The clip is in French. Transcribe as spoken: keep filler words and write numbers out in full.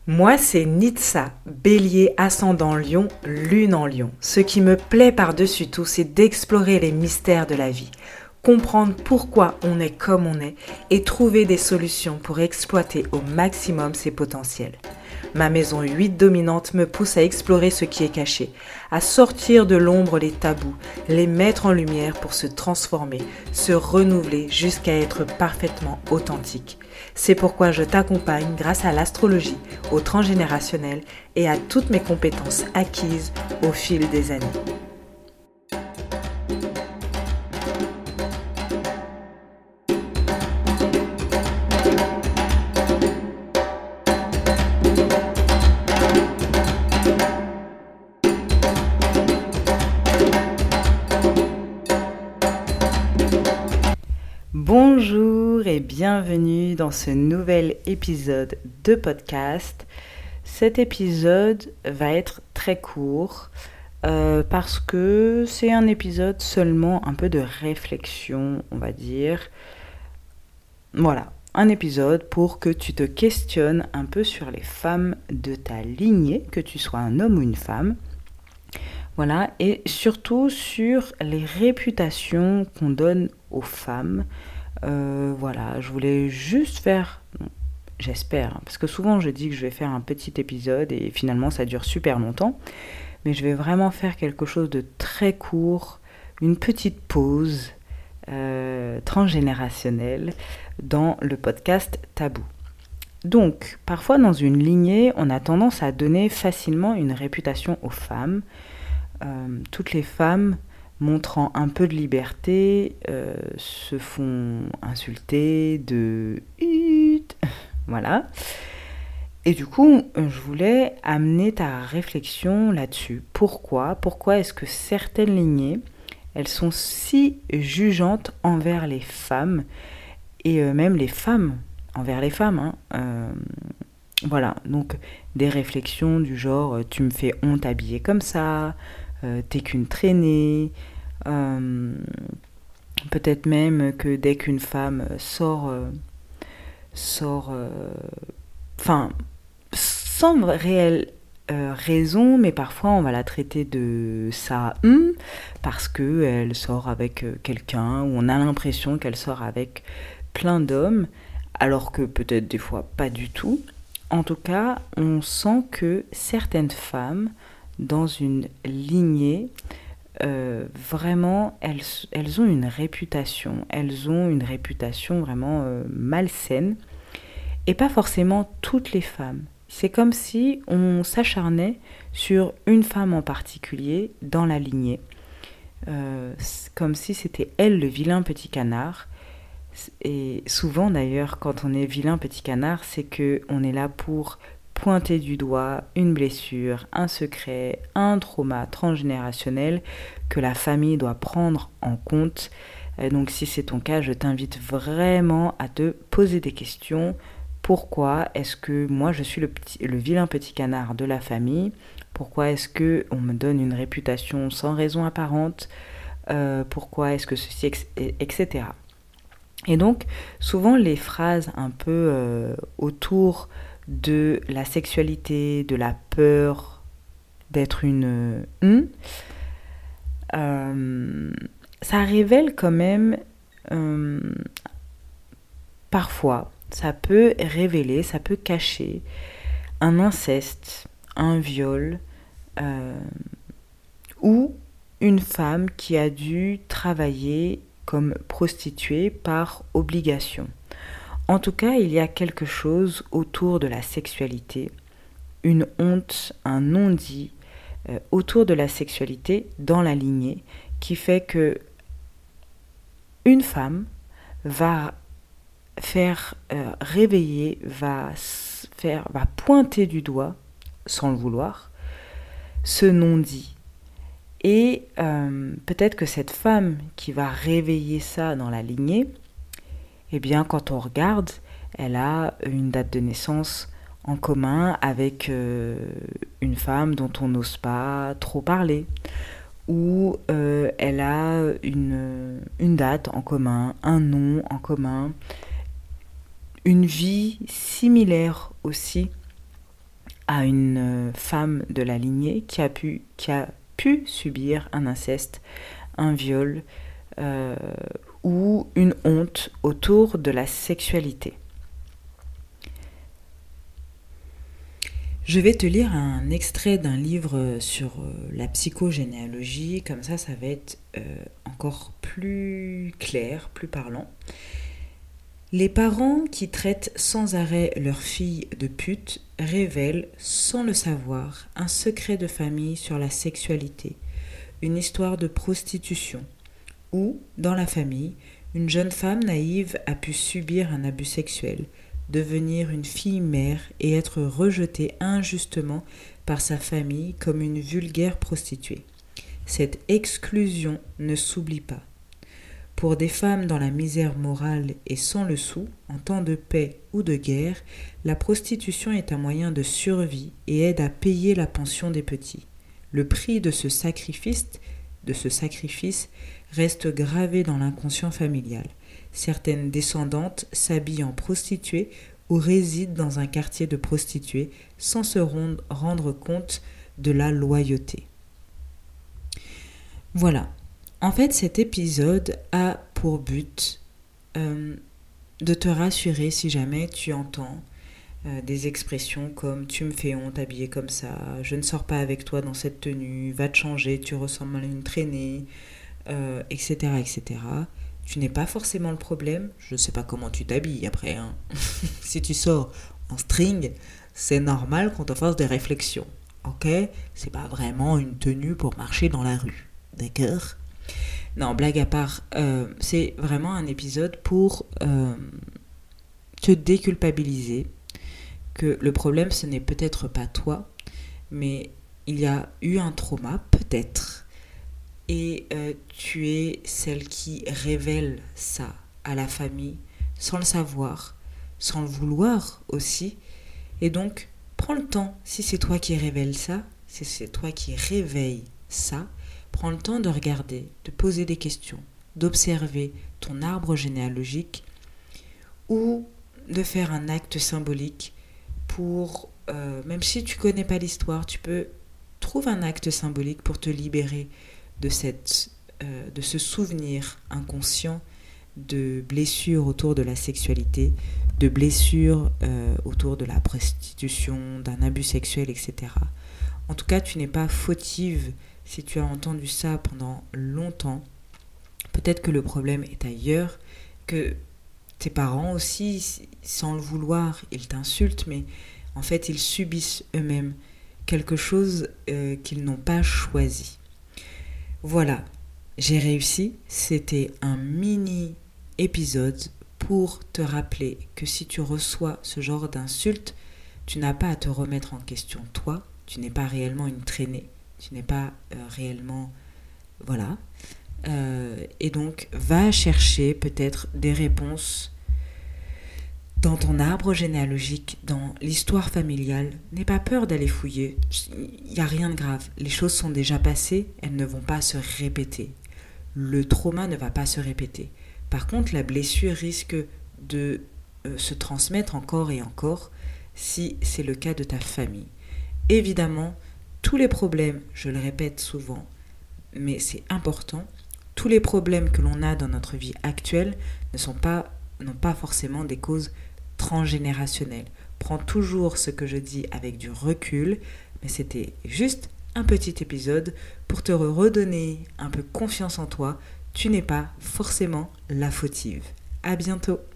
Moi, c'est Nitsa, bélier ascendant lion, lune en lion. Ce qui me plaît par-dessus tout, c'est d'explorer les mystères de la vie, comprendre pourquoi on est comme on est et trouver des solutions pour exploiter au maximum ses potentiels. Ma maison huit dominante me pousse à explorer ce qui est caché, à sortir de l'ombre les tabous, les mettre en lumière pour se transformer, se renouveler jusqu'à être parfaitement authentique. C'est pourquoi je t'accompagne grâce à l'astrologie, au transgénérationnel et à toutes mes compétences acquises au fil des années. Bonjour et bienvenue dans ce nouvel épisode de podcast. Cet épisode va être très court euh, parce que c'est un épisode seulement un peu de réflexion, on va dire. Voilà, un épisode pour que tu te questionnes un peu sur les femmes de ta lignée, que tu sois un homme ou une femme. Voilà, et surtout sur les réputations qu'on donne aux femmes. Euh, voilà, je voulais juste faire, j'espère, hein, parce que souvent je dis que je vais faire un petit épisode et finalement ça dure super longtemps, mais je vais vraiment faire quelque chose de très court, une petite pause euh, transgénérationnelle dans le podcast Tabou. Donc, parfois dans une lignée, on a tendance à donner facilement une réputation aux femmes. Euh, toutes les femmes montrant un peu de liberté euh, se font insulter de hut, voilà. Et du coup, je voulais amener ta réflexion là-dessus. Pourquoi Pourquoi est-ce que certaines lignées, elles sont si jugeantes envers les femmes et euh, même les femmes envers les femmes, hein. euh, Voilà, donc des réflexions du genre « tu me fais honte habillée comme ça », Euh, t'es qu'une traînée, euh, peut-être même que dès qu'une femme sort, euh, sort, enfin, euh, sans réelle euh, raison, mais parfois on va la traiter de ça, hum, parce qu'elle sort avec quelqu'un, ou on a l'impression qu'elle sort avec plein d'hommes, alors que peut-être des fois pas du tout. En tout cas, on sent que certaines femmes dans une lignée, euh, vraiment, elles, elles ont une réputation, elles ont une réputation vraiment euh, malsaine, et pas forcément toutes les femmes. C'est comme si on s'acharnait sur une femme en particulier dans la lignée, euh, comme si c'était elle le vilain petit canard. Et souvent d'ailleurs, quand on est vilain petit canard, c'est qu'on est là pour pointer du doigt une blessure, un secret, un trauma transgénérationnel que la famille doit prendre en compte. Donc si c'est ton cas, je t'invite vraiment à te poser des questions. Pourquoi est-ce que moi je suis le, petit, le vilain petit canard de la famille ? Pourquoi est-ce qu'on me donne une réputation sans raison apparente ? euh, Pourquoi est-ce que ceci, et cetera. Et donc souvent les phrases un peu euh, autour de la sexualité, de la peur d'être une hum, euh, ça révèle quand même euh, parfois, ça peut révéler, ça peut cacher un inceste, un viol euh, ou une femme qui a dû travailler comme prostituée par obligation. En tout cas, il y a quelque chose autour de la sexualité, une honte, un non-dit euh, autour de la sexualité dans la lignée qui fait que une femme va faire euh, réveiller, va, faire, va pointer du doigt, sans le vouloir, ce non-dit. Et euh, peut-être que cette femme qui va réveiller ça dans la lignée, eh bien, quand on regarde, elle a une date de naissance en commun avec euh, une femme dont on n'ose pas trop parler. Ou euh, elle a une, une date en commun, un nom en commun, une vie similaire aussi à une femme de la lignée qui a pu, qui a pu subir un inceste, un viol euh, ou une honte autour de la sexualité. Je vais te lire un extrait d'un livre sur la psychogénéalogie, comme ça ça va être euh, encore plus clair, plus parlant. Les parents qui traitent sans arrêt leur fille de pute révèlent, sans le savoir, un secret de famille sur la sexualité, une histoire de prostitution, où, dans la famille, une jeune femme naïve a pu subir un abus sexuel, devenir une fille-mère et être rejetée injustement par sa famille comme une vulgaire prostituée. Cette exclusion ne s'oublie pas. Pour des femmes dans la misère morale et sans le sou, en temps de paix ou de guerre, la prostitution est un moyen de survie et aide à payer la pension des petits. Le prix de ce sacrifice, de ce sacrifice reste gravé dans l'inconscient familial. Certaines descendantes s'habillent en prostituées ou résident dans un quartier de prostituées sans se rendre compte de la loyauté. Voilà. En fait, cet épisode a pour but euh, de te rassurer si jamais tu entends euh, des expressions comme « tu me fais honte habillée comme ça »,« je ne sors pas avec toi dans cette tenue »,« va te changer, tu ressembles à une traînée euh, », et cetera, et cetera. Tu n'es pas forcément le problème. Je ne sais pas comment tu t'habilles après. Hein. Si tu sors en string, c'est normal qu'on te fasse des réflexions. Ok ? C'est pas vraiment une tenue pour marcher dans la rue. D'accord ? Non, blague à part, euh, c'est vraiment un épisode pour euh, te déculpabiliser que le problème, ce n'est peut-être pas toi, mais il y a eu un trauma, peut-être, et euh, tu es celle qui révèle ça à la famille sans le savoir, sans le vouloir aussi. Et donc, prends le temps, si c'est toi qui révèle ça, si c'est toi qui réveille ça, prends le temps de regarder, de poser des questions, d'observer ton arbre généalogique ou de faire un acte symbolique pour, euh, même si tu ne connais pas l'histoire, tu peux trouver un acte symbolique pour te libérer de, cette, euh, de ce souvenir inconscient de blessures autour de la sexualité, de blessures euh, autour de la prostitution, d'un abus sexuel, et cetera. En tout cas, tu n'es pas fautive si tu as entendu ça pendant longtemps. Peut-être que le problème est ailleurs, que tes parents aussi, sans le vouloir, ils t'insultent, mais en fait, ils subissent eux-mêmes quelque chose euh, qu'ils n'ont pas choisi. Voilà, j'ai réussi. C'était un mini épisode pour te rappeler que si tu reçois ce genre d'insultes, tu n'as pas à te remettre en question toi, tu n'es pas réellement une traînée, tu n'es pas euh, réellement... Voilà. Euh, et donc, va chercher peut-être des réponses dans ton arbre généalogique, dans l'histoire familiale. N'aie pas peur d'aller fouiller. Il n'y a rien de grave. Les choses sont déjà passées, elles ne vont pas se répéter. Le trauma ne va pas se répéter. Par contre, la blessure risque de euh, se transmettre encore et encore si c'est le cas de ta famille. Évidemment, tous les problèmes, je le répète souvent, mais c'est important, tous les problèmes que l'on a dans notre vie actuelle ne sont pas, n'ont pas forcément des causes transgénérationnelles. Prends toujours ce que je dis avec du recul, mais c'était juste un petit épisode pour te redonner un peu confiance en toi. Tu n'es pas forcément la fautive. À bientôt.